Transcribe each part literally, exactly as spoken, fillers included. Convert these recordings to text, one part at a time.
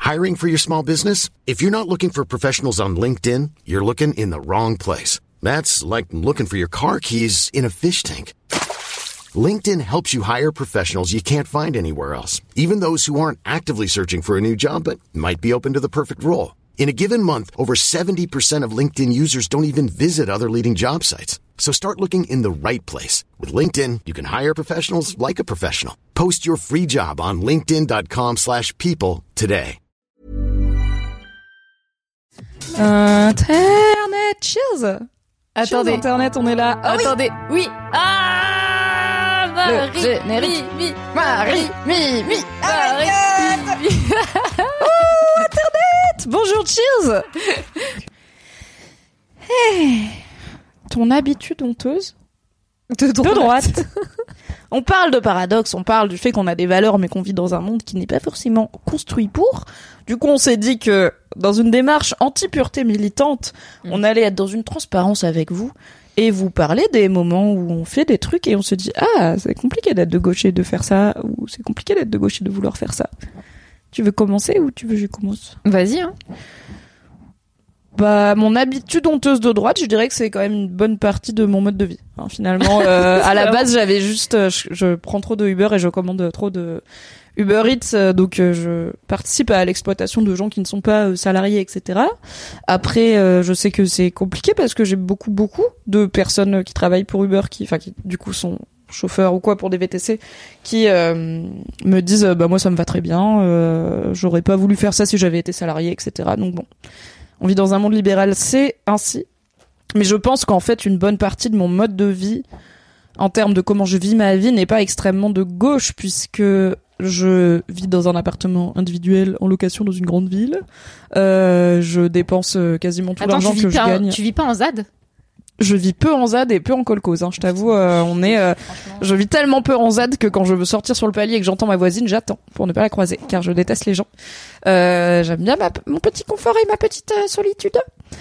Hiring for your small business? If you're not looking for professionals on LinkedIn, you're looking in the wrong place. That's like looking for your car keys in a fish tank. LinkedIn helps you hire professionals you can't find anywhere else, even those who aren't actively searching for a new job but might be open to the perfect role. In a given month, over seventy percent of LinkedIn users don't even visit other leading job sites. So start looking in the right place. With LinkedIn, you can hire professionals like a professional. Post your free job on linkedin.com slash people today. Internet, cheers. Attendez. Cheers, Internet, on est là. Oh, attendez, oui. oui. Ah, Marie, Le générique. mi, mi, Marie, mi, mi, Marie, mi, mi. Oh, Internet. Bonjour, cheers. Hey. Ton habitude honteuse de droite. De droite. On parle de paradoxe, on parle du fait qu'on a des valeurs mais qu'on vit dans un monde qui n'est pas forcément construit pour. Du coup, on s'est dit que dans une démarche anti-pureté militante, mmh. on allait être dans une transparence avec vous et vous parler des moments où on fait des trucs et on se dit « Ah, c'est compliqué d'être de gauche et de faire ça » ou « C'est compliqué d'être de gauche et de vouloir faire ça ». Tu veux commencer ou tu veux que je commence ? Vas-y, hein. Bah, mon habitude honteuse de droite, je dirais que c'est quand même une bonne partie de mon mode de vie. Hein, finalement, euh, à la base, j'avais juste, je, je prends trop de Uber et je commande trop de Uber Eats, euh, donc euh, je participe à l'exploitation de gens qui ne sont pas euh, salariés, et cetera. Après, euh, je sais que c'est compliqué parce que j'ai beaucoup, beaucoup de personnes qui travaillent pour Uber, qui, enfin, qui du coup sont chauffeurs ou quoi pour des V T C, qui euh, me disent, bah moi ça me va très bien, euh, j'aurais pas voulu faire ça si j'avais été salarié, et cetera. Donc bon. On vit dans un monde libéral, c'est ainsi. Mais je pense qu'en fait, une bonne partie de mon mode de vie, en termes de comment je vis ma vie, n'est pas extrêmement de gauche, puisque je vis dans un appartement individuel en location dans une grande ville. Euh, je dépense quasiment tout Attends, l'argent que je gagne. Tu vis pas en Z A D ? Je vis peu en Z A D et peu en kolkhoz, hein, je t'avoue, euh, on est, euh, je vis tellement peu en Z A D que quand je veux sortir sur le palier et que j'entends ma voisine, j'attends pour ne pas la croiser, car je déteste les gens. Euh, j'aime bien ma, mon petit confort et ma petite euh, solitude.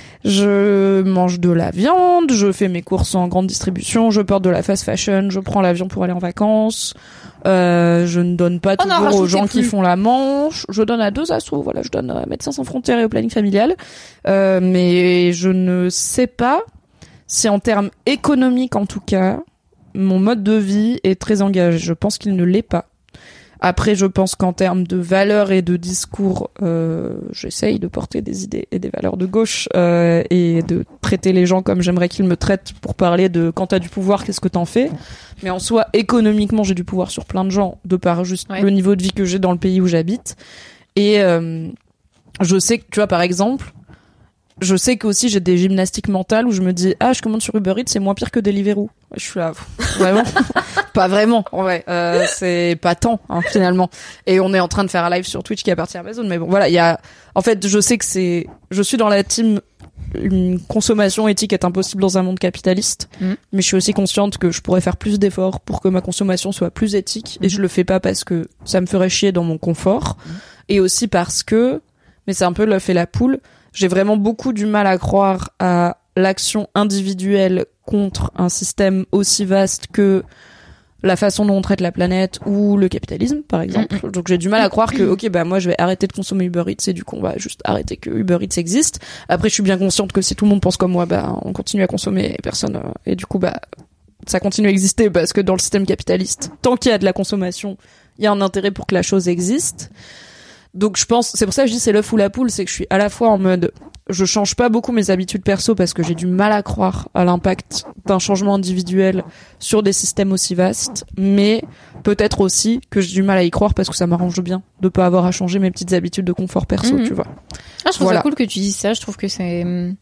Je mange de la viande, je fais mes courses en grande distribution, je porte de la fast fashion, je prends l'avion pour aller en vacances. Euh, je ne donne pas oh toujours non, aux gens plus. qui font la manche. Je donne à deux assos, voilà, je donne à Médecins sans frontières et au planning familial. Euh, mais je ne sais pas si en termes économiques, en tout cas, mon mode de vie est très engagé. Je pense qu'il ne l'est pas. Après, je pense qu'en termes de valeurs et de discours, euh, j'essaye de porter des idées et des valeurs de gauche euh, et de traiter les gens comme j'aimerais qu'ils me traitent pour parler de quand t'as du pouvoir, qu'est-ce que t'en fais. Mais en soi, économiquement, j'ai du pouvoir sur plein de gens de par juste ouais. le niveau de vie que j'ai dans le pays où j'habite. Et euh, je sais que, tu vois, par exemple, je sais qu'aussi j'ai des gymnastiques mentales où je me dis ah je commande sur Uber Eats c'est moins pire que Deliveroo. Je suis là vraiment pas vraiment en vrai euh, c'est pas tant hein, finalement et on est en train de faire un live sur Twitch qui appartient à Amazon mais bon voilà il y a en fait je sais que c'est je suis dans la team une consommation éthique est impossible dans un monde capitaliste mmh. mais je suis aussi consciente que je pourrais faire plus d'efforts pour que ma consommation soit plus éthique mmh. et je le fais pas parce que ça me ferait chier dans mon confort mmh. et aussi parce que mais c'est un peu l'œuf et la poule. J'ai vraiment beaucoup du mal à croire à l'action individuelle contre un système aussi vaste que la façon dont on traite la planète ou le capitalisme, par exemple. Mm-hmm. Donc j'ai du mal à croire que, ok, bah moi je vais arrêter de consommer Uber Eats et du coup on va juste arrêter que Uber Eats existe. Après je suis bien consciente que si tout le monde pense comme moi, bah on continue à consommer et personne... Euh, et du coup bah ça continue à exister parce que dans le système capitaliste, tant qu'il y a de la consommation, il y a un intérêt pour que la chose existe. Donc je pense, c'est pour ça que je dis c'est l'œuf ou la poule, c'est que je suis à la fois en mode, je change pas beaucoup mes habitudes perso parce que j'ai du mal à croire à l'impact d'un changement individuel sur des systèmes aussi vastes, mais peut-être aussi que j'ai du mal à y croire parce que ça m'arrange bien de pas avoir à changer mes petites habitudes de confort perso, mmh. tu vois. Ah, je trouve voilà. ça cool que tu dises ça, je trouve que c'est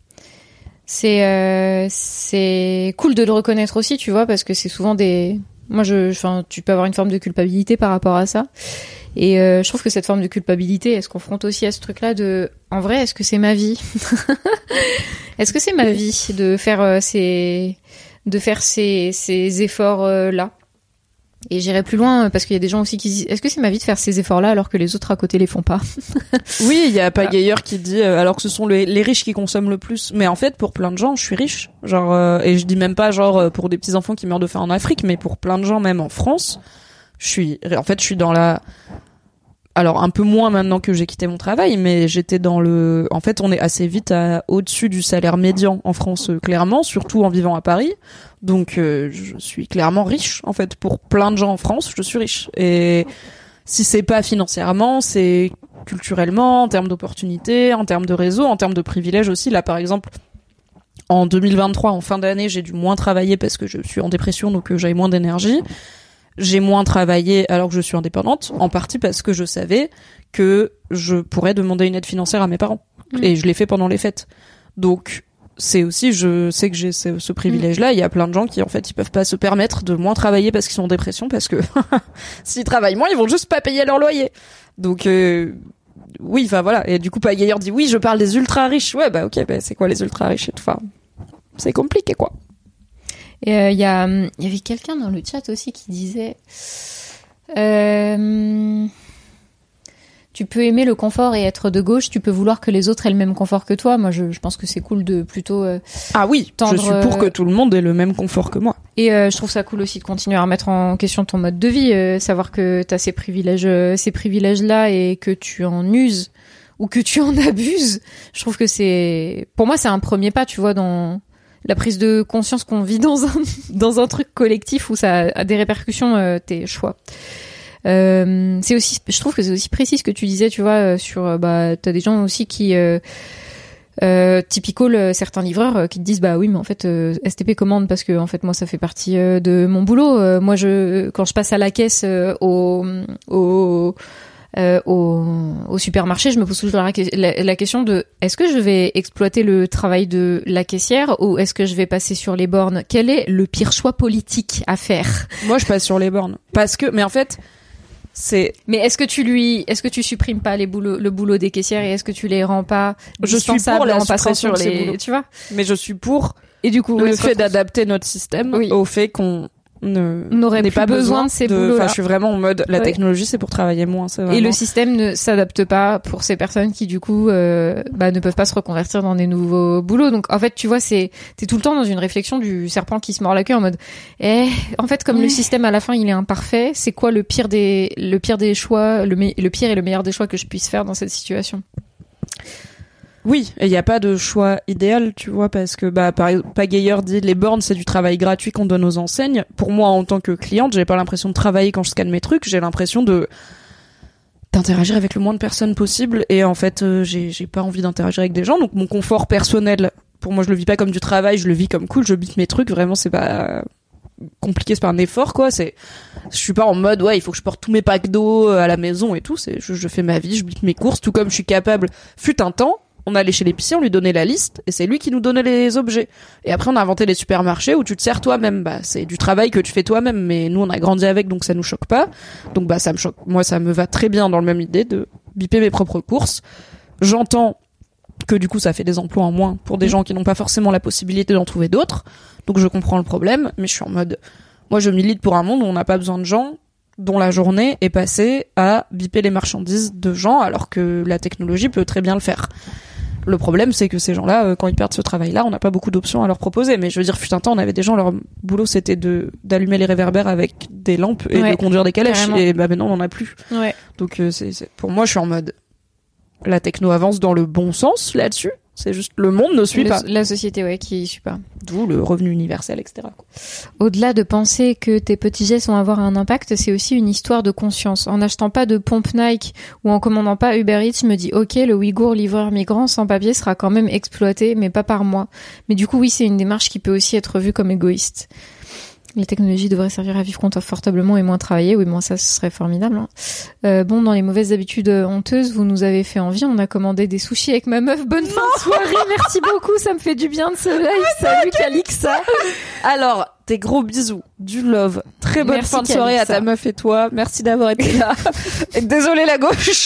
c'est euh, c'est cool de le reconnaître aussi, tu vois, parce que c'est souvent des moi je enfin tu peux avoir une forme de culpabilité par rapport à ça. Et euh, je trouve que cette forme de culpabilité, elle se confronte aussi à ce truc-là de, en vrai, est-ce que c'est ma vie ? Est-ce que c'est ma vie de faire euh, ces, de faire ces, ces efforts-là ? Et j'irai plus loin parce qu'il y a des gens aussi qui disent, est-ce que c'est ma vie de faire ces efforts-là alors que les autres à côté les font pas ? Oui, il y a Pagailleur qui dit, euh, alors que ce sont les, les riches qui consomment le plus. Mais en fait, pour plein de gens, je suis riche. Genre, euh, et je dis même pas genre pour des petits enfants qui meurent de faim en Afrique, mais pour plein de gens, même en France. Je suis, en fait, je suis dans la alors un peu moins maintenant que j'ai quitté mon travail, mais j'étais dans le, en fait, on est assez vite à, au-dessus du salaire médian en France, euh, clairement, surtout en vivant à Paris. Donc, euh, je suis clairement riche, en fait, pour plein de gens en France, je suis riche. Et si c'est pas financièrement, c'est culturellement, en termes d'opportunités, en termes de réseau, en termes de privilèges aussi. Là, par exemple, en deux mille vingt-trois, en fin d'année, j'ai dû moins travailler parce que je suis en dépression, donc euh, j'avais moins d'énergie. J'ai moins travaillé alors que je suis indépendante, en partie parce que je savais que je pourrais demander une aide financière à mes parents. Mmh. Et je l'ai fait pendant les fêtes. Donc, c'est aussi, je sais que j'ai ce, ce privilège-là. Il y a plein de gens qui, en fait, ils peuvent pas se permettre de moins travailler parce qu'ils sont en dépression, parce que s'ils travaillent moins, ils vont juste pas payer leur loyer. Donc, euh, oui, enfin voilà. Et du coup, Pagailleur dit oui, je parle des ultra riches. Ouais, bah ok, bah c'est quoi les ultra riches et tout. Enfin, c'est compliqué, quoi. Et il euh, y a, il y avait quelqu'un dans le chat aussi qui disait, euh, tu peux aimer le confort et être de gauche, tu peux vouloir que les autres aient le même confort que toi. Moi, je, je pense que c'est cool de plutôt euh, ah oui, tendre, je suis pour que tout le monde ait le même confort que moi. Et euh, je trouve ça cool aussi de continuer à remettre en question ton mode de vie, euh, savoir que t'as ces privilèges, euh, ces privilèges-là et que tu en uses ou que tu en abuses. Je trouve que c'est, pour moi, c'est un premier pas, tu vois, dans la prise de conscience qu'on vit dans un dans un truc collectif où ça a des répercussions euh, tes choix. Euh, c'est aussi, je trouve que c'est aussi précis ce que tu disais, tu vois, euh, sur euh, bah t'as des gens aussi qui euh, euh, typical euh, certains livreurs euh, qui te disent bah oui mais en fait euh, S T P commande parce que en fait moi ça fait partie euh, de mon boulot. Euh, moi je quand je passe à la caisse euh, au au Euh, au, au supermarché, je me pose toujours la, la, la question de est-ce que je vais exploiter le travail de la caissière ou est-ce que je vais passer sur les bornes? Quel est le pire choix politique à faire? Moi, je passe sur les bornes parce que, mais en fait, c'est. Mais est-ce que tu lui, est-ce que tu supprimes pas les boulots, le boulot des caissières et est-ce que tu les rends pas dispensables en passant sur les, tu vois? Mais je suis pour. Et du coup, le fait d'adapter notre système oui. au fait qu'on ne n'aurait plus pas besoin de ces boulots. Enfin, je suis vraiment en mode la ouais. technologie c'est pour travailler moins. C'est vraiment... Et le système ne s'adapte pas pour ces personnes qui du coup euh, bah, ne peuvent pas se reconvertir dans des nouveaux boulots. Donc en fait, tu vois, c'est t'es tout le temps dans une réflexion du serpent qui se mord la queue en mode. Eh, en fait, comme ouais. le système à la fin il est imparfait, c'est quoi le pire des le pire des choix, le, me... le pire et le meilleur des choix que je puisse faire dans cette situation? Oui, et il n'y a pas de choix idéal, tu vois, parce que bah par Pagailleur dit les bornes c'est du travail gratuit qu'on donne aux enseignes. Pour moi, en tant que cliente, j'ai pas l'impression de travailler quand je scanne mes trucs, j'ai l'impression de d'interagir avec le moins de personnes possible. Et en fait, euh, j'ai j'ai pas envie d'interagir avec des gens, donc mon confort personnel, pour moi, je le vis pas comme du travail, je le vis comme cool. Je bite mes trucs, vraiment, c'est pas compliqué, c'est pas un effort, quoi. C'est, je suis pas en mode ouais, il faut que je porte tous mes packs d'eau à la maison et tout. C'est, je, je fais ma vie, je bite mes courses, tout comme je suis capable. Fut un temps. On allait chez l'épicier, on lui donnait la liste, et c'est lui qui nous donnait les objets. Et après, on a inventé les supermarchés où tu te sers toi-même. Bah, c'est du travail que tu fais toi-même, mais nous, on a grandi avec, donc ça nous choque pas. Donc, bah, ça me choque. Moi, ça me va très bien dans le même idée de biper mes propres courses. J'entends que du coup, ça fait des emplois en moins pour des gens qui n'ont pas forcément la possibilité d'en trouver d'autres. Donc, je comprends le problème, mais je suis en mode, moi, je milite pour un monde où on n'a pas besoin de gens dont la journée est passée à biper les marchandises de gens, alors que la technologie peut très bien le faire. Le problème, c'est que ces gens-là, euh, quand ils perdent ce travail-là, on n'a pas beaucoup d'options à leur proposer. Mais je veux dire, fut un temps, on avait des gens, leur boulot, c'était de d'allumer les réverbères avec des lampes et ouais, de conduire des calèches. Carrément. Et bah maintenant, on n'en a plus. Ouais. Donc, euh, c'est, c'est, pour moi, je suis en mode, la techno avance dans le bon sens là-dessus. C'est juste, le monde ne suit le, pas. La société, ouais, qui suit pas. D'où le revenu universel, et cetera, quoi. Au-delà de penser que tes petits gestes vont avoir un impact, c'est aussi une histoire de conscience. En n'achetant pas de pompe Nike ou en commandant pas Uber Eats, je me dis, ok, le Ouïghour livreur migrant sans papier sera quand même exploité, mais pas par moi. Mais du coup, oui, c'est une démarche qui peut aussi être vue comme égoïste. Les technologies devraient servir à vivre confortablement et moins travailler. Oui, bon, ça, ce serait formidable. Hein. Euh, bon, dans les mauvaises habitudes honteuses, vous nous avez fait envie. On a commandé des sushis avec ma meuf. Bonne fin de soirée. Merci beaucoup. Ça me fait du bien de ce live. Salut, Calixa. Alors, des gros bisous, du love. Très bonne Merci, fin de soirée Calixa. À ta meuf et toi. Merci d'avoir été là. Et désolé la gauche.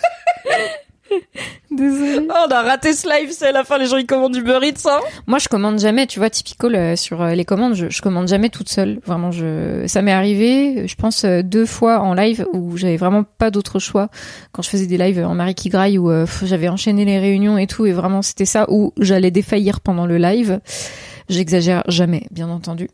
Désolée. Oh, on a raté ce live, c'est à la fin, les gens ils commandent Uber Eats, hein. Moi, je commande jamais, tu vois, typical euh, sur euh, les commandes, je, je commande jamais toute seule. Vraiment, je, ça m'est arrivé, je pense, euh, deux fois en live où j'avais vraiment pas d'autre choix. Quand je faisais des lives en Marie qui graille où euh, j'avais enchaîné les réunions et tout, et vraiment c'était ça où j'allais défaillir pendant le live. J'exagère jamais, bien entendu.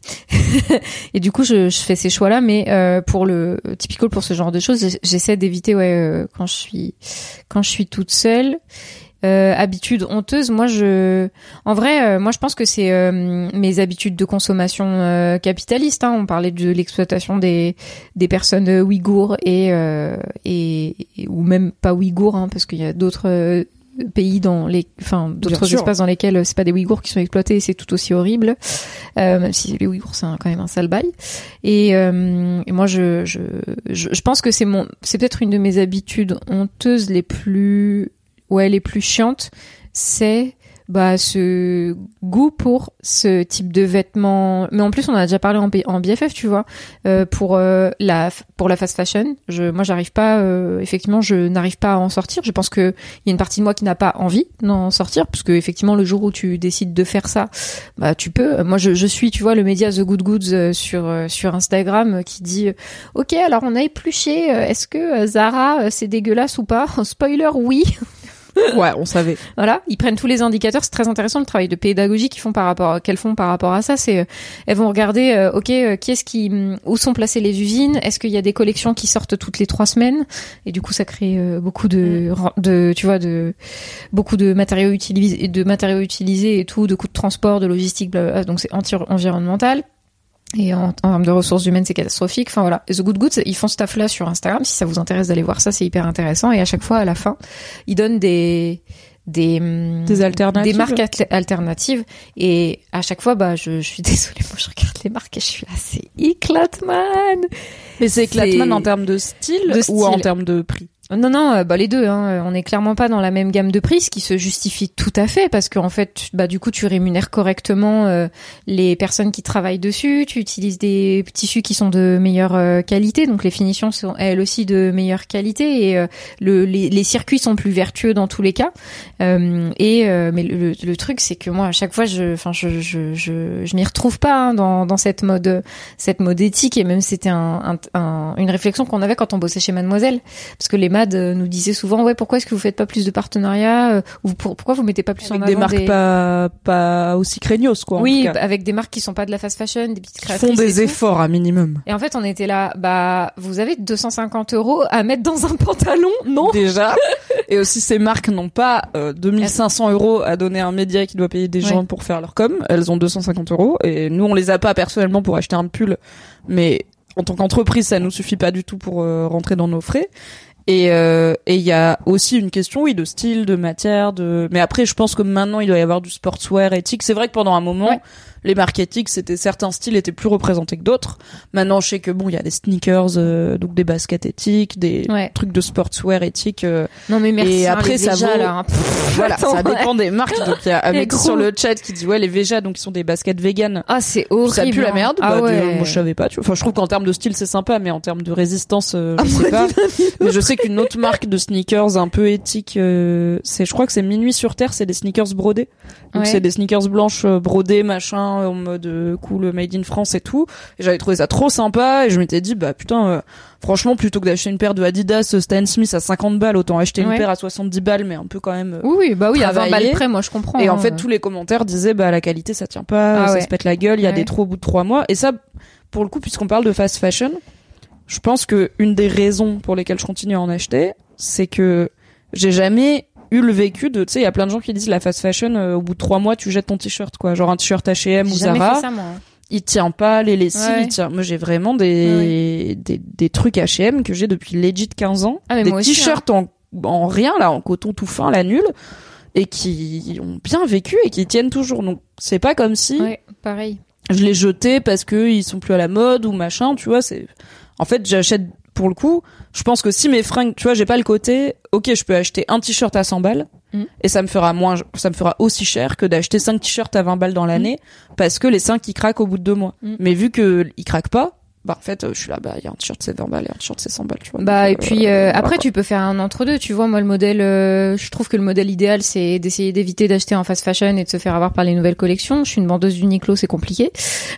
Et du coup, je, je fais ces choix-là, mais euh, pour le typical, pour ce genre de choses, j'essaie d'éviter, ouais, euh, quand je suis quand je suis toute seule. Euh, habitudes honteuses, moi je, en vrai, euh, moi je pense que c'est euh, mes habitudes de consommation euh, capitaliste. Hein. On parlait de l'exploitation des des personnes euh, ouïghours et, euh, et et ou même pas ouïghours, hein, parce qu'il y a d'autres euh, pays dans les, enfin d'autres espaces dans lesquels c'est pas des Ouïghours qui sont exploités et c'est tout aussi horrible, euh, même si les Ouïghours c'est un, quand même un sale bail. Et, euh, et moi je, je je je pense que c'est mon, c'est peut-être une de mes habitudes honteuses les plus ouais les plus chiantes, c'est bah ce goût pour ce type de vêtements. Mais en plus on en a déjà parlé en, B- en B F F, tu vois, euh, pour euh, la pour la fast fashion. Je moi j'arrive pas, euh, effectivement je n'arrive pas à en sortir. Je pense que il y a une partie de moi qui n'a pas envie d'en sortir, parce que effectivement le jour où tu décides de faire ça, bah tu peux. Moi je, je suis, tu vois, le média The Good Goods euh, sur euh, sur Instagram qui dit euh, ok alors on a épluché, euh, est-ce que euh, Zara euh, c'est dégueulasse ou pas? Spoiler, oui. Ouais, on savait. Voilà, ils prennent tous les indicateurs, c'est très intéressant le travail de pédagogie qu'ils font par rapport qu'elles font par rapport à ça, c'est euh, elles vont regarder euh, OK, euh, qui est-ce qui où sont placées les usines, est-ce qu'il y a des collections qui sortent toutes les trois semaines, et du coup ça crée euh, beaucoup de mm. de tu vois de beaucoup de matériaux utilisés de matériaux utilisés et tout, de coûts de transport, de logistique, blablabla, donc c'est anti-environnemental. Et en, en termes de ressources humaines, c'est catastrophique. Enfin voilà, The Good Goods, ils font ce taf-là sur Instagram. Si ça vous intéresse d'aller voir ça, c'est hyper intéressant. Et à chaque fois, à la fin, ils donnent des des des alternatives, des marques at- alternatives. Et à chaque fois, bah, je, je suis désolée, moi je regarde les marques et je suis là, c'est Eclatman. Mais c'est Eclatman en termes de style, de style ou en termes de prix? Non, non, bah les deux. Hein. On n'est clairement pas dans la même gamme de prix, ce qui se justifie tout à fait, parce qu'en fait, bah du coup, tu rémunères correctement euh, les personnes qui travaillent dessus. Tu utilises des tissus qui sont de meilleure euh, qualité, donc les finitions sont elles aussi de meilleure qualité, et euh, le, les, les circuits sont plus vertueux dans tous les cas. Euh, et euh, mais le, le truc, c'est que moi, à chaque fois, je, enfin, je, je, je, je m'y retrouve pas hein, dans, dans cette mode, cette mode éthique. Et même c'était un, un, un, une réflexion qu'on avait quand on bossait chez Mademoiselle, parce que les nous disait souvent ouais pourquoi est-ce que vous faites pas plus de partenariats, euh, ou pour, pourquoi vous mettez pas plus avec en des avant marques des... pas pas aussi craignos quoi. Oui, en tout cas. Avec des marques qui sont pas de la fast fashion, des petites créatrices. Font des efforts à minimum. Et en fait on était là, bah vous avez deux cent cinquante euros à mettre dans un pantalon, non? Déjà. Et aussi ces marques n'ont pas euh, deux mille cinq cents euros à donner à un média qui doit payer des gens ouais. pour faire leur com. Elles ont deux cent cinquante euros et nous on les a pas personnellement pour acheter un pull, mais en tant qu'entreprise ça nous suffit pas du tout pour euh, rentrer dans nos frais. Et euh, et il y a aussi une question oui de style, de matière, de mais après je pense que maintenant il doit y avoir du sportswear éthique. C'est vrai que pendant un moment ouais. les marques éthiques, c'était certains styles étaient plus représentés que d'autres. Maintenant je sais que bon il y a des sneakers euh, donc des baskets éthiques, des ouais. trucs de sportswear éthique. Euh, non mais merci. Et hein, après ça Veja, vaut là, hein. voilà Attends, ça ouais. dépend des marques. Donc il y a Amélie sur le chat qui dit ouais les Veja donc ils sont des baskets véganes. Ah c'est horrible. Ça pue la merde. Ah, bah, ouais. de, moi je savais pas. Tu vois. Enfin je trouve qu'en termes de style c'est sympa mais en termes de résistance euh, je ah, sais pas. Mais je sais qu'une autre marque de sneakers un peu éthique, euh, c'est, je crois que c'est Minuit sur Terre, c'est des sneakers brodés. Donc ouais. c'est des sneakers blanches euh, brodées, machin, en mode euh, cool, made in France et tout. Et j'avais trouvé ça trop sympa et je m'étais dit, bah putain, euh, franchement, plutôt que d'acheter une paire de Adidas Stan Smith à cinquante balles, autant acheter ouais. une paire à soixante-dix balles, mais un peu quand même. Euh, oui, oui, bah oui, à vingt balles près, moi je comprends. Et hein, en fait, euh... tous les commentaires disaient, bah la qualité ça tient pas, ah, ça ouais. se pète la gueule, il y a ouais. des trous au bout de trois mois. Et ça, pour le coup, puisqu'on parle de fast fashion, je pense que une des raisons pour lesquelles je continue à en acheter, c'est que j'ai jamais eu le vécu de, tu sais, il y a plein de gens qui disent la fast fashion, euh, au bout de trois mois, tu jettes ton t-shirt, quoi. Genre un t-shirt H et M ou Zara. Ça, moi. Il tient pas, les lessives, ouais. il tient. Moi, j'ai vraiment des, ouais. des, des trucs H et M que j'ai depuis legit quinze ans. Ah, mais des moi aussi, t-shirts hein. en, en rien, là, en coton tout fin, la nulle. Et qui ont bien vécu et qui tiennent toujours. Donc, c'est pas comme si. Ouais, pareil. Je les jetais parce que ils sont plus à la mode ou machin, tu vois, c'est, en fait, j'achète, pour le coup, je pense que si mes fringues, tu vois, j'ai pas le côté, ok, je peux acheter un t-shirt à cent balles, mm. et ça me fera moins, ça me fera aussi cher que d'acheter cinq t-shirts à vingt balles dans l'année, mm. parce que les cinq, ils craquent au bout de deux mois. Mm. Mais vu que ils craquent pas, bah, en fait, je suis là, bah, il y a un t-shirt c'est vingt balles et un t-shirt c'est cent balles, tu vois. Bah, donc, et puis, euh, euh, voilà, après, quoi. tu peux faire un entre-deux, tu vois. Moi, le modèle, euh, je trouve que le modèle idéal, c'est d'essayer d'éviter d'acheter en fast fashion et de se faire avoir par les nouvelles collections. Je suis une vendeuse d'Uniqlo, c'est compliqué.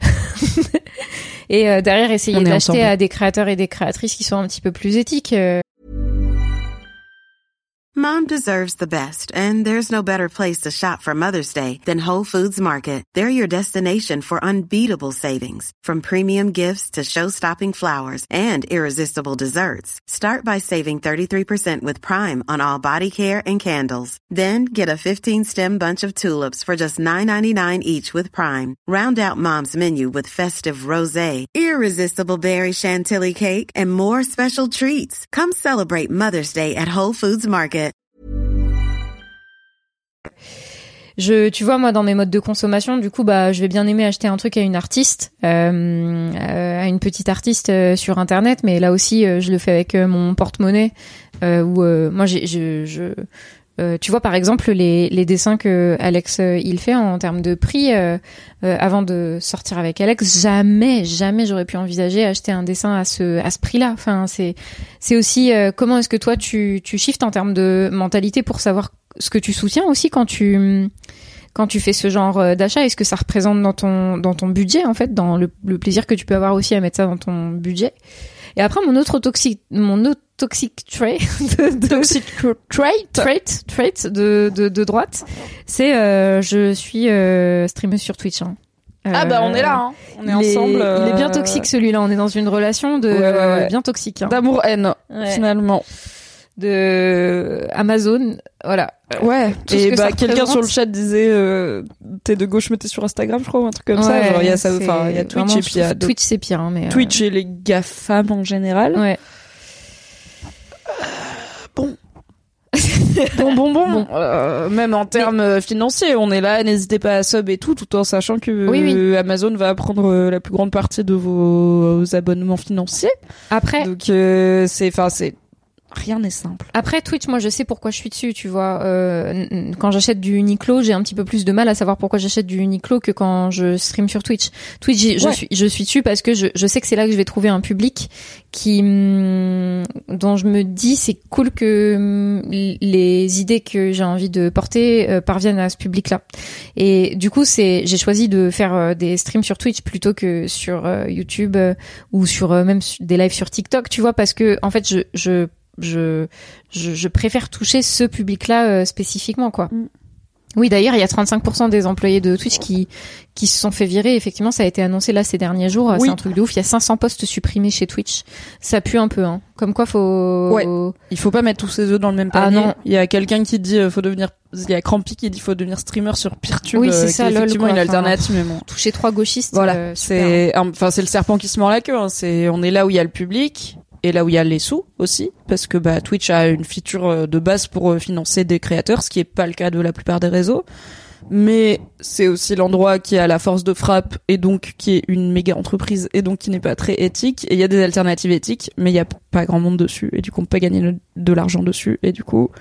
Et euh, derrière, essayer d'acheter ensemble. À des créateurs et des créatrices qui sont un petit peu plus éthiques. Euh... Mom deserves the best, and there's no better place to shop for Mother's Day than Whole Foods Market. They're your destination for unbeatable savings, from premium gifts to show-stopping flowers and irresistible desserts. Start by saving thirty-three percent with Prime on all body care and candles. Then get a fifteen-stem bunch of tulips for just nine ninety-nine each with Prime. Round out Mom's menu with festive rosé, irresistible berry chantilly cake, and more special treats. Come celebrate Mother's Day at Whole Foods Market. Je, tu vois, moi, dans mes modes de consommation, du coup, bah, je vais bien aimer acheter un truc à une artiste, euh, à une petite artiste euh, sur Internet, mais là aussi, euh, je le fais avec euh, mon porte-monnaie, euh, où euh, moi, j'ai, je, je, euh, tu vois, par exemple, les, les dessins que Alex euh, il fait en termes de prix, euh, euh, avant de sortir avec Alex, jamais, jamais j'aurais pu envisager acheter un dessin à ce, à ce prix-là. Enfin, c'est, c'est aussi euh, comment est-ce que toi tu, tu shifts en termes de mentalité pour savoir ce que tu soutiens aussi quand tu quand tu fais ce genre d'achat. Est-ce que ça représente dans ton dans ton budget, en fait, dans le, le plaisir que tu peux avoir aussi à mettre ça dans ton budget. Et après, mon autre toxic mon autre toxic trait de, de Toxic trait trait trait de de, de droite, c'est euh, je suis euh, streameuse sur Twitch. Hein. Euh, ah bah on est là, hein. On est il ensemble. Est, euh... Il est bien toxique, celui-là. On est dans une relation de ouais, ouais, ouais. bien toxique. Hein. D'amour-haine, ouais. Finalement. De Amazon, voilà. Ouais. Et bah quelqu'un sur le chat disait euh, t'es de gauche mais t'es sur Instagram, je crois, ou un truc comme ouais, ça. Genre il y a ça, enfin il y a Twitch vraiment, et puis il y a Twitch c'est pire, hein, mais Twitch euh... et les GAFAM en général. Ouais. Euh, bon. bon bon bon, bon. Euh, même en termes mais... financiers, on est là, n'hésitez pas à sub et tout, tout en sachant que oui, oui. Euh, Amazon va prendre la plus grande partie de vos, vos abonnements financiers. Après, donc euh, c'est, enfin c'est rien n'est simple. Après Twitch, moi je sais pourquoi je suis dessus, tu vois. Euh, quand j'achète du Uniqlo, j'ai un petit peu plus de mal à savoir pourquoi j'achète du Uniqlo que quand je stream sur Twitch. Twitch, je ouais. suis je suis dessus parce que je je sais que c'est là que je vais trouver un public qui dont je me dis c'est cool que les idées que j'ai envie de porter euh, parviennent à ce public-là. Et du coup, c'est j'ai choisi de faire euh, des streams sur Twitch plutôt que sur euh, YouTube euh, ou sur euh, même des lives sur TikTok, tu vois, parce que en fait je je Je, je, je préfère toucher ce public-là euh, spécifiquement, quoi. Mm. Oui, d'ailleurs, il y a trente-cinq pour cent des employés de Twitch qui qui se sont fait virer. Effectivement, ça a été annoncé là ces derniers jours. Oui. C'est un truc de ouf. Il y a cinq cents postes supprimés chez Twitch. Ça pue un peu, hein. Comme quoi, faut. Ouais. Il faut pas mettre tous ses œufs dans le même panier. Ah non. Il y a quelqu'un qui dit euh, faut devenir. Il y a Crampy qui dit faut devenir streamer sur Peertube. Oui, c'est ça. Euh, effectivement, lol, une alternative. Enfin, mais bon. Toucher trois gauchistes. Voilà. Euh, c'est, enfin, c'est le serpent qui se mord la queue. Hein. C'est, on est là où il y a le public. Et là où il y a les sous aussi, parce que bah Twitch a une feature de base pour financer des créateurs, ce qui est pas le cas de la plupart des réseaux. Mais c'est aussi l'endroit qui a la force de frappe et donc qui est une méga entreprise et donc qui n'est pas très éthique. Et il y a des alternatives éthiques, mais il y a pas grand monde dessus et du coup on peut pas gagner de l'argent dessus et du coup.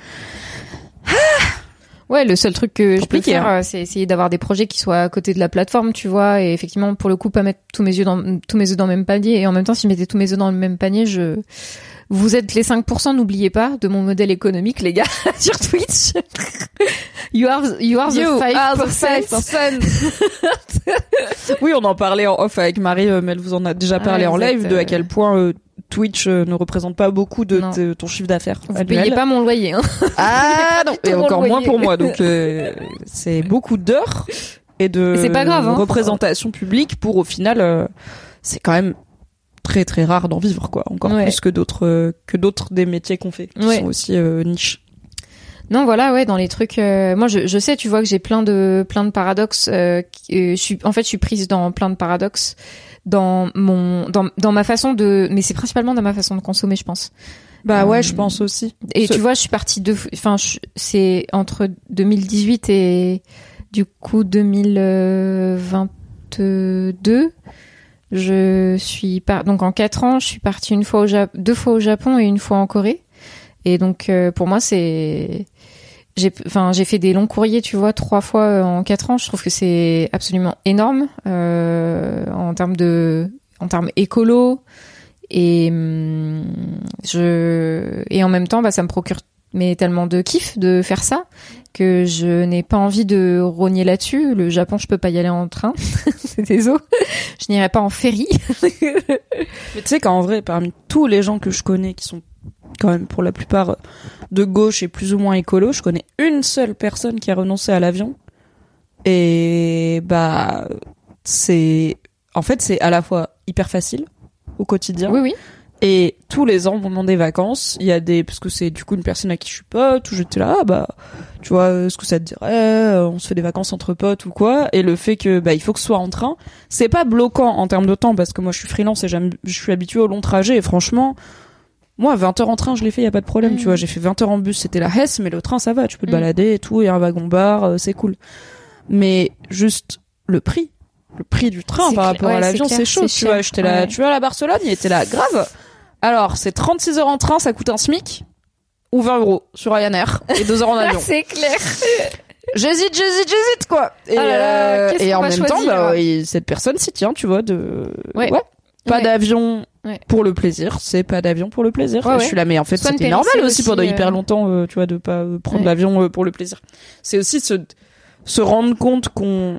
Ouais, le seul truc que je peux faire, hein. c'est essayer d'avoir des projets qui soient à côté de la plateforme, tu vois, et effectivement, pour le coup, pas mettre tous mes yeux dans, tous mes œufs dans le même panier. Et en même temps, si je mettais tous mes œufs dans le même panier, je, vous êtes les cinq pour cent, n'oubliez pas, de mon modèle économique, les gars, sur Twitch. You are, you are the you five percent. Oui, on en parlait en off avec Marie, mais elle vous en a déjà parlé ah, en live, de à quel point, euh, Twitch euh, ne représente pas beaucoup de, de ton chiffre d'affaires. Vous annuel. Payez pas mon loyer, hein. Ah non, et encore moins pour moi. Donc euh, c'est beaucoup d'heures et de c'est pas grave, hein. représentation publique pour au final, euh, c'est quand même très très rare d'en vivre, quoi. Encore ouais. plus que d'autres euh, que d'autres des métiers qu'on fait qui ouais. sont aussi euh, niches. Non, voilà, ouais, dans les trucs. Euh, moi, je, je sais, tu vois, que j'ai plein de plein de paradoxes. Euh, qui, euh, je suis, en fait, je suis prise dans plein de paradoxes. Dans mon dans dans ma façon de mais c'est principalement dans ma façon de consommer, je pense. Bah ouais, euh, je pense aussi. Et Ce... tu vois, je suis partie de enfin c'est entre deux mille dix-huit et du coup deux mille vingt-deux. Je suis par donc en quatre ans, je suis partie une fois au Japon, deux fois au Japon et une fois en Corée. Et donc euh, pour moi, c'est j'ai enfin j'ai fait des longs courriers, tu vois, trois fois en quatre ans. Je trouve que c'est absolument énorme euh, en termes de en termes écolo et hum, je et en même temps bah ça me procure mais tellement de kiff de faire ça que je n'ai pas envie de rogner là-dessus. Le Japon, je peux pas y aller en train, c'est désolé. Je n'irai pas en ferry. Mais tu sais qu'en vrai, parmi tous les gens que je connais qui sont quand même pour la plupart de gauche et plus ou moins écolo. Je connais une seule personne qui a renoncé à l'avion. Et bah c'est en fait c'est à la fois hyper facile au quotidien. Oui oui. Et tous les ans, au moment des vacances, il y a des parce que c'est du coup une personne à qui je suis pote, où j'étais là, ah bah tu vois, est-ce que ça te dirait, on se fait des vacances entre potes ou quoi. Et le fait que bah il faut que ce soit en train, c'est pas bloquant en termes de temps parce que moi je suis freelance et j'aime, je suis habituée au long trajet. Et franchement, moi vingt heures en train, je l'ai fait, y a pas de problème. Mmh. Tu vois, j'ai fait vingt heures en bus, c'était la Hesse, mais le train ça va, tu peux te mmh. balader et tout, il y a un wagon bar, euh, c'est cool. Mais juste le prix. Le prix du train c'est par cl- rapport ouais, à l'avion, c'est, c'est chaud. c'est tu vois, j'étais là, ouais. tu vois, à la Barcelone, il était là, grave. Alors, c'est trente-six heures en train, ça coûte un SMIC, ou vingt euros sur Ryanair, et deux heures en avion. C'est clair. J'hésite, j'hésite, j'hésite, quoi. Et, ah là là, euh, et en même choisir, temps, bah, et cette personne s'y tient, tu vois, de, ouais. ouais. Pas ouais. d'avion ouais. pour le plaisir, c'est pas d'avion pour le plaisir. Ouais, je ouais. suis là, mais en fait, Soit c'était normal aussi, aussi pendant euh... hyper longtemps, euh, tu vois, de pas euh, prendre ouais. l'avion euh, pour le plaisir. C'est aussi se, se rendre compte qu'on,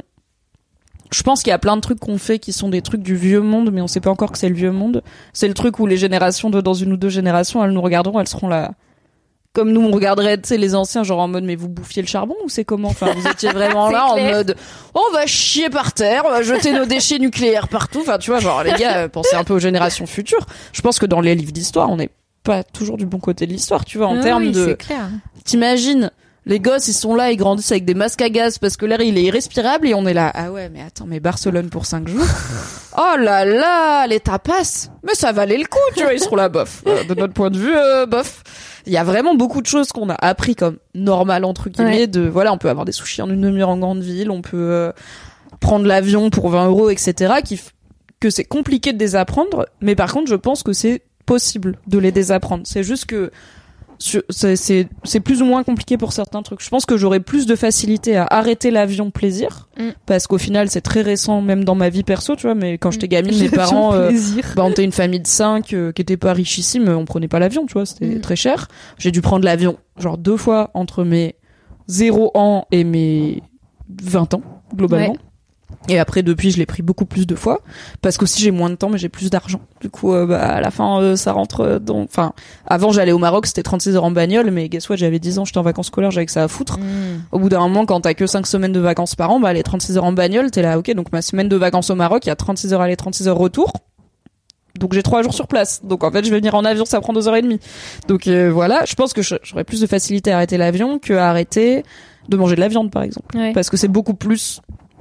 je pense qu'il y a plein de trucs qu'on fait qui sont des trucs du vieux monde, mais on sait pas encore que c'est le vieux monde. C'est le truc où les générations de dans une ou deux générations, elles nous regarderont, elles seront là. Comme nous, on regarderait, tu sais, les anciens, genre en mode, mais vous bouffiez le charbon ou c'est comment? Enfin, vous étiez vraiment là en mode, oh, on va chier par terre, on va jeter nos déchets nucléaires partout. Enfin, tu vois, genre, les gars, pensez un peu aux générations futures. Je pense que dans les livres d'histoire, on n'est pas toujours du bon côté de l'histoire, tu vois, en ah termes oui, de, c'est clair. T'imagines, les gosses, ils sont là, ils grandissent avec des masques à gaz parce que l'air, il est irrespirable et on est là. Ah ouais, mais attends, mais Barcelone pour cinq jours. Oh là là, les tapas. Mais ça valait le coup, tu vois, ils seront là, bof. Euh, de notre point de vue, euh, bof. Il y a vraiment beaucoup de choses qu'on a appris comme normal, entre guillemets, ouais. de, voilà, on peut avoir des sushis en une demi-heure en grande ville, on peut euh, prendre l'avion pour vingt euros, et cetera, qui, f- que c'est compliqué de désapprendre, mais par contre, je pense que c'est possible de les désapprendre. C'est juste que, C'est, c'est, c'est plus ou moins compliqué pour certains trucs. Je pense que j'aurais plus de facilité à arrêter l'avion plaisir, mm. parce qu'au final, c'est très récent, même dans ma vie perso, tu vois, mais quand j'étais gamine, mes parents, euh, bah, on était une famille de cinq, euh, qui était pas richissime, on prenait pas l'avion, tu vois, c'était mm. très cher. J'ai dû prendre l'avion, genre deux fois entre mes zéro ans et mes vingt ans, globalement. Ouais. Et après, depuis, je l'ai pris beaucoup plus de fois, parce qu'aussi j'ai moins de temps, mais j'ai plus d'argent. Du coup, euh, bah, à la fin, euh, ça rentre dans, enfin, avant, j'allais au Maroc, c'était trente-six heures en bagnole, mais guess what, j'avais dix ans, j'étais en vacances scolaires, j'avais que ça à foutre. Mmh. Au bout d'un moment, quand t'as que cinq semaines de vacances par an, bah, les trente-six heures en bagnole, t'es là, ok, donc ma semaine de vacances au Maroc, il y a trente-six heures aller, trente-six heures retour. Donc j'ai trois jours sur place. Donc en fait, je vais venir en avion, ça prend deux heures et demie. Donc euh, voilà, je pense que j'aurais plus de facilité à arrêter l'avion que à arrêter de manger de la viande, par exemple. Ouais. Parce que c'est beaucoup plus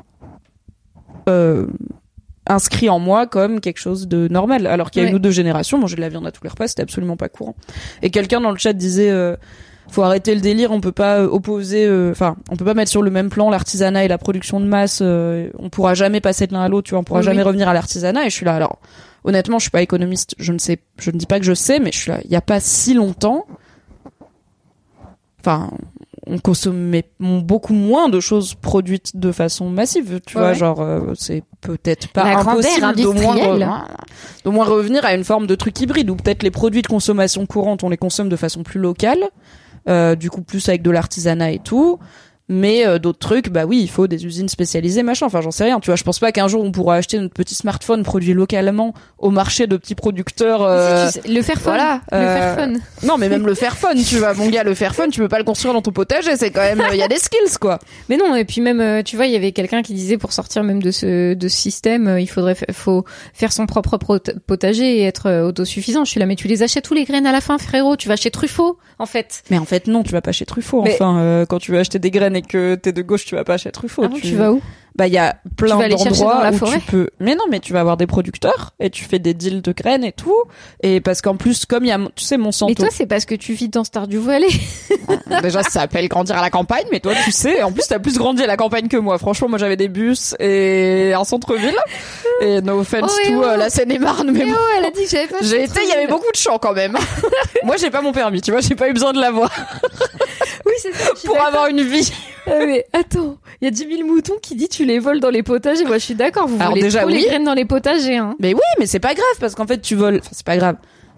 Euh, inscrit en moi comme quelque chose de normal, alors qu'il y a ouais. une ou deux générations, manger de la viande à tous les repas, c'était absolument pas courant. Et quelqu'un dans le chat disait euh, faut arrêter le délire, on peut pas euh, opposer, enfin, euh, on peut pas mettre sur le même plan l'artisanat et la production de masse, euh, on pourra jamais passer de l'un à l'autre, tu vois, on pourra oui, jamais oui. revenir à l'artisanat. Et je suis là, alors honnêtement, je suis pas économiste, je ne sais, je ne dis pas que je sais, mais je suis là, il y a pas si longtemps, enfin, on consommait beaucoup moins de choses produites de façon massive, tu ouais. vois, genre euh, c'est peut-être pas la impossible d'au moins, re- d'au moins revenir à une forme de truc hybride où peut-être les produits de consommation courante on les consomme de façon plus locale, euh, du coup plus avec de l'artisanat et tout. Mais euh, d'autres trucs, bah oui, il faut des usines spécialisées, machin. Enfin, j'en sais rien. Tu vois, je pense pas qu'un jour on pourra acheter notre petit smartphone produit localement au marché de petits producteurs. Euh, si, tu sais, le Fairphone. Voilà. Le euh, Fairphone. Non, mais même le Fairphone, tu vois, mon gars, le Fairphone, tu peux pas le construire dans ton potager. C'est quand même, il y a des skills, quoi. Mais non, et puis même, tu vois, il y avait quelqu'un qui disait pour sortir même de ce de ce système, il faudrait, faut faire son propre potager et être autosuffisant. Je suis là, mais tu les achètes tous les graines à la fin, frérot. Tu vas chez Truffaut, en fait. Mais en fait, non, tu vas pas chez Truffaut. Mais... Enfin, euh, quand tu veux acheter des graines et que t'es de gauche, tu vas pas chez Truffaut. Ah bon, tu... tu vas où? Bah, il y a plein d'endroits où forêt. tu peux. Mais non, mais tu vas avoir des producteurs et tu fais des deals de graines et tout. Et parce qu'en plus, comme il y a, tu sais, Monsanto. Mais toi, c'est parce que tu vis dans Stardew Valley. Déjà, ça s'appelle grandir à la campagne, mais toi, tu sais. En plus, t'as plus grandi à la campagne que moi. Franchement, moi, j'avais des bus et un centre-ville. Et no offense oh, to oh. euh, la Seine-et-Marne, mais, mais bon. oh, elle a dit que j'avais pas. J'ai été, il y avait beaucoup de champs quand même. Moi, j'ai pas mon permis, tu vois, j'ai pas eu besoin de l'avoir. Oui, c'est ça. Pour avoir une vie. Ah mais attends, il y a dix mille moutons qui dit tu les voles dans les potagers. Moi je suis d'accord, vous Alors volez déjà, trop oui. les graines dans les potagers. Hein. Mais oui, mais c'est pas grave parce qu'en fait tu voles. Enfin c'est pas grave.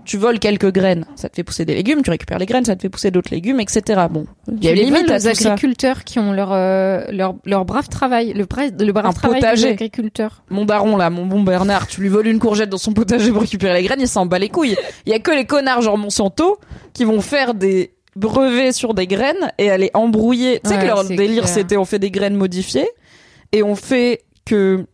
tu voles quelques graines, ça te fait pousser des légumes, tu récupères les graines, ça te fait pousser d'autres légumes, et cetera. Bon, il y a une limite à les tout ça. agriculteurs qui ont leur euh, leur leur brave travail, le brave le brave Un travail potager. des agriculteurs. Mon daron là, mon bon Bernard, tu lui voles une courgette dans son potager pour récupérer les graines, il s'en bat les couilles. Il y a que les connards genre Monsanto qui vont faire des brevets sur des graines et aller embrouiller. Tu sais Ouais, que leur c'est délire clair. c'était on fait des graines modifiées et on fait que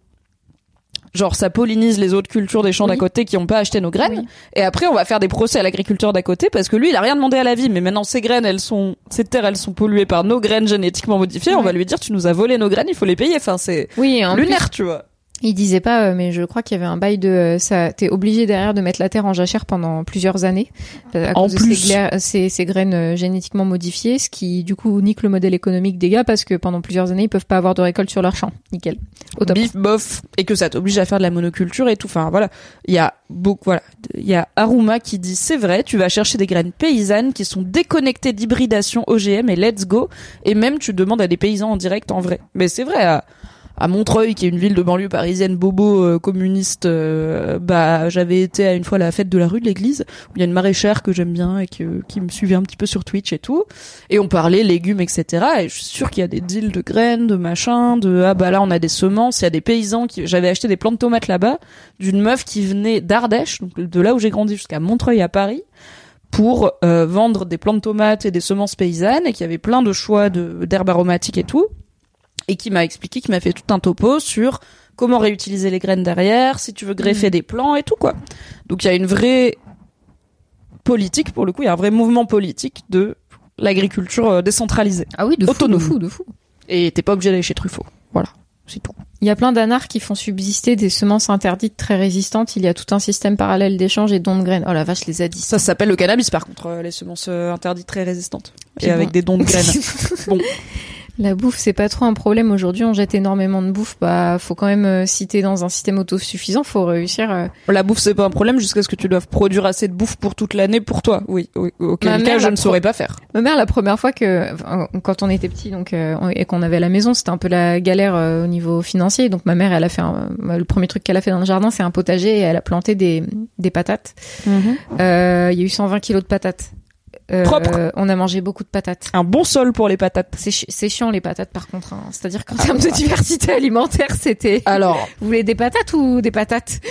genre ça pollinise les autres cultures des champs Oui. d'à côté qui ont pas acheté nos graines Oui. et après on va faire des procès à l'agriculteur d'à côté parce que lui il a rien demandé à la vie mais maintenant ces graines elles sont ces terres elles sont polluées par nos graines génétiquement modifiées, Ouais. on va lui dire tu nous as volé nos graines, il faut les payer. Enfin c'est Oui, et en plus, lunaire, tu vois. il disait pas, euh, mais je crois qu'il y avait un bail de, euh, ça, t'es obligé derrière de mettre la terre en jachère pendant plusieurs années, euh, à En cause plus. de ces, gla- ces, ces graines euh, génétiquement modifiées, ce qui du coup nique le modèle économique des gars parce que pendant plusieurs années ils peuvent pas avoir de récolte sur leur champ. Nickel. Au top. Bif bof et que ça t'oblige à faire de la monoculture et tout. Enfin voilà, il y a beaucoup voilà, il y a Aruma qui dit c'est vrai, tu vas chercher des graines paysannes qui sont déconnectées d'hybridation O G M et let's go et même tu demandes à des paysans en direct en vrai. Mais c'est vrai à, à Montreuil qui est une ville de banlieue parisienne bobo euh, communiste, euh, bah j'avais été à une fois à la fête de la rue de l'église où il y a une maraîchère que j'aime bien et que, qui me suivait un petit peu sur Twitch et tout et on parlait légumes etc et je suis sûre qu'il y a des deals de graines de machin de ah bah là on a des semences, il y a des paysans qui j'avais acheté des plants de tomates là-bas d'une meuf qui venait d'Ardèche donc de là où j'ai grandi jusqu'à Montreuil à Paris pour euh, vendre des plants de tomates et des semences paysannes et qui avait plein de choix de d'herbes aromatiques et tout et qui m'a expliqué, qui m'a fait tout un topo sur comment réutiliser les graines derrière, si tu veux greffer Mmh. des plants et tout, quoi. Donc il y a une vraie politique, pour le coup, il y a un vrai mouvement politique de l'agriculture euh, décentralisée. Ah oui, de fou, Autonome. de fou, de fou. Et t'es pas obligé d'aller chez Truffaut. Voilà, c'est tout. Il y a plein d'anards qui font subsister des semences interdites très résistantes. Il y a tout un système parallèle d'échange et dons de graines. Oh la vache, les a dit. Ça, ça s'appelle le cannabis, par contre, euh, les semences euh, interdites très résistantes. Puis et avec bon. des dons de graines. Bon. La bouffe, c'est pas trop un problème. Aujourd'hui, on jette énormément de bouffe. Bah, faut quand même, euh, si t'es dans un système autosuffisant, faut réussir. euh, La bouffe, c'est pas un problème jusqu'à ce que tu doives produire assez de bouffe pour toute l'année pour toi. Oui, oui auquel Ma cas, mère je l'a ne pro- saurais pas faire. Ma mère, la première fois que, enfin, quand on était petit, donc euh, et qu'on avait la maison, c'était un peu la galère euh, au niveau financier. Donc ma mère, elle a fait un- le premier truc qu'elle a fait dans le jardin, c'est un potager et elle a planté des des patates. Euh, Il y a eu cent vingt kilos de patates. Euh, Propre. On a mangé beaucoup de patates. Un bon sol pour les patates. C'est chi- c'est chiant les patates par contre. Hein. C'est-à-dire qu'en termes de diversité alimentaire, c'était. Alors, Vous voulez des patates ou des patates?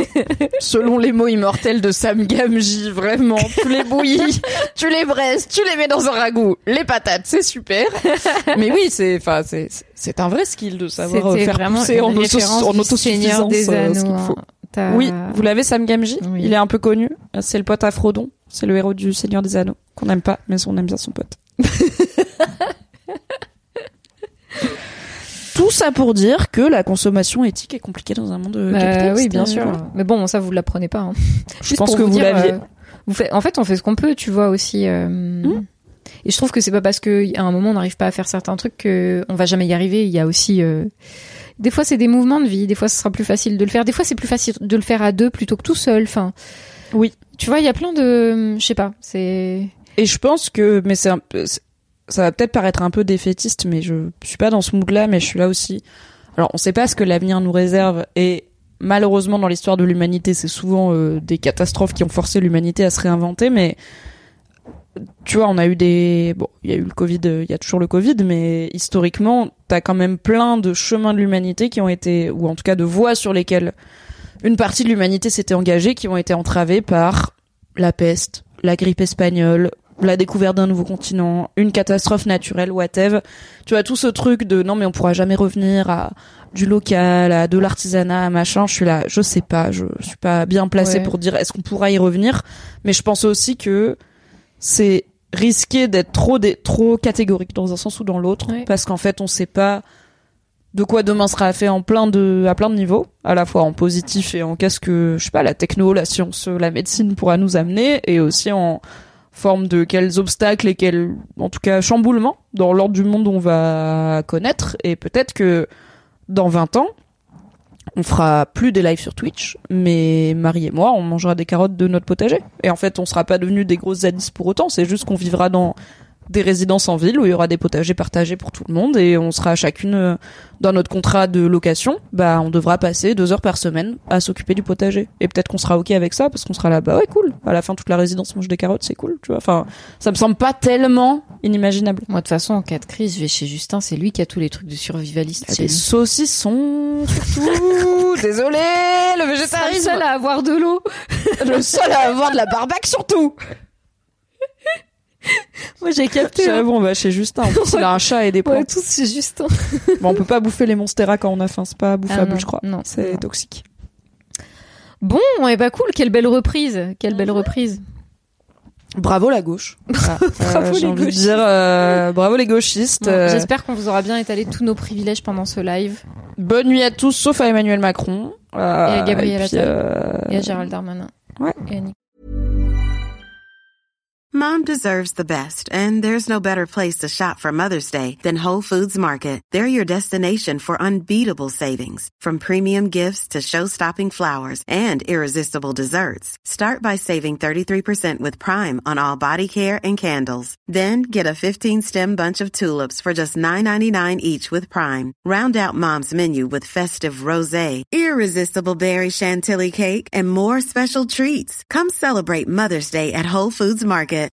selon les mots immortels de Sam Gamgee, vraiment, tu les bouillis, tu les braises, tu les mets dans un ragoût. Les patates, c'est super. Mais oui, c'est, enfin, c'est, c'est un vrai skill de savoir euh, C'était faire vraiment pousser une en, auto, référence en du Seigneur autosuffisance des euh, ce Anneaux, qu'il faut. hein. T'as- Oui, vous l'avez, Sam Gamgee. Oui. Il est un peu connu. C'est le pote à Frodon. C'est le héros du Seigneur des Anneaux. Qu'on n'aime pas, mais on aime bien son pote. Tout ça pour dire que la consommation éthique est compliquée dans un monde Bah, capitaliste. oui, bien Euh, sûr. voilà. Mais bon, ça vous l'apprenez pas. Hein. Je Juste pense pour que vous dire, l'aviez. euh, vous faites, en fait, on fait ce qu'on peut, tu vois aussi. Euh, Mmh. Et je trouve que c'est pas parce que à un moment on n'arrive pas à faire certains trucs que on va jamais y arriver. Il y a aussi. Euh, des fois, c'est des mouvements de vie. Des fois, ce sera plus facile de le faire. Des fois, c'est plus facile de le faire à deux plutôt que tout seul. Enfin. Oui. Tu vois, il y a plein de. Je sais pas. C'est. Et je pense que, mais c'est un peu, c'est- ça va peut-être paraître un peu défaitiste, mais je suis pas dans ce mood-là, mais je suis là aussi. Alors, on sait pas ce que l'avenir nous réserve, et malheureusement, dans l'histoire de l'humanité, c'est souvent euh, des catastrophes qui ont forcé l'humanité à se réinventer, mais tu vois, on a eu des, bon, il y a eu le Covid, euh, il y a toujours le Covid, mais historiquement, t'as quand même plein de chemins de l'humanité qui ont été, ou en tout cas de voies sur lesquelles une partie de l'humanité s'était engagée, qui ont été entravées par la peste, la grippe espagnole, la découverte d'un nouveau continent, une catastrophe naturelle, whatever. Tu vois, tout ce truc de non mais on pourra jamais revenir à du local, à de l'artisanat, à machin. Je suis là, je sais pas, je suis pas bien placée Ouais. pour dire est-ce qu'on pourra y revenir. Mais je pense aussi que c'est risqué d'être trop, dé- trop catégorique dans un sens ou dans l'autre. Ouais. Parce qu'en fait, on sait pas de quoi demain sera fait en plein de, à plein de niveaux, à la fois en positif et en qu'est-ce que, je sais pas, la techno, la science, la médecine pourra nous amener, et aussi en forme de quels obstacles et quels, en tout cas, chamboulements dans l'ordre du monde on va connaître. Et peut-être que dans vingt ans, on fera plus des lives sur Twitch, mais Marie et moi, on mangera des carottes de notre potager. Et en fait, on sera pas devenus des grosses zadistes pour autant, c'est juste qu'on vivra dans des résidences en ville où il y aura des potagers partagés pour tout le monde et on sera chacune euh, dans notre contrat de location, bah on devra passer deux heures par semaine à s'occuper du potager. Et peut-être qu'on sera ok avec ça parce qu'on sera là, bah ouais cool. À la fin toute la résidence mange des carottes, c'est cool, tu vois. Enfin, ça me semble pas tellement inimaginable. Moi de toute façon en cas de crise, je vais chez Justin, c'est lui qui a tous les trucs de survivaliste. Des saucissons surtout. Désolé, le végétarisme. C'est le seul à avoir de l'eau. Le seul à avoir de la barbaque surtout. Moi j'ai capté. Hein. Bon, on va chez Justin. En plus, il a un chat et des plantes. Ouais, tous chez Justin. Bon, on peut pas bouffer les Monstera quand on a faim. C'est pas bouffable, ah non, je crois. Non, c'est non. toxique. Bon, et bah cool. Quelle belle reprise. Quelle belle reprise. Bravo la gauche. Ah, bravo euh, les j'ai envie de gauchistes. dire euh, bravo les gauchistes. Bon, euh, J'espère qu'on vous aura bien étalé tous nos privilèges pendant ce live. Bonne nuit à tous, sauf à Emmanuel Macron. Euh, Et à Gabriel et puis, Attal. euh, Et à Gérald Darmanin. Ouais. Et à Nicolas. Mom deserves the best, and there's no better place to shop for Mother's Day than Whole Foods Market. They're your destination for unbeatable savings, from premium gifts to show-stopping flowers and irresistible desserts. Start by saving thirty-three percent with Prime on all body care and candles. Then get a fifteen-stem bunch of tulips for just nine ninety-nine each with Prime. Round out Mom's menu with festive rosé, irresistible berry chantilly cake, and more special treats. Come celebrate Mother's Day at Whole Foods Market.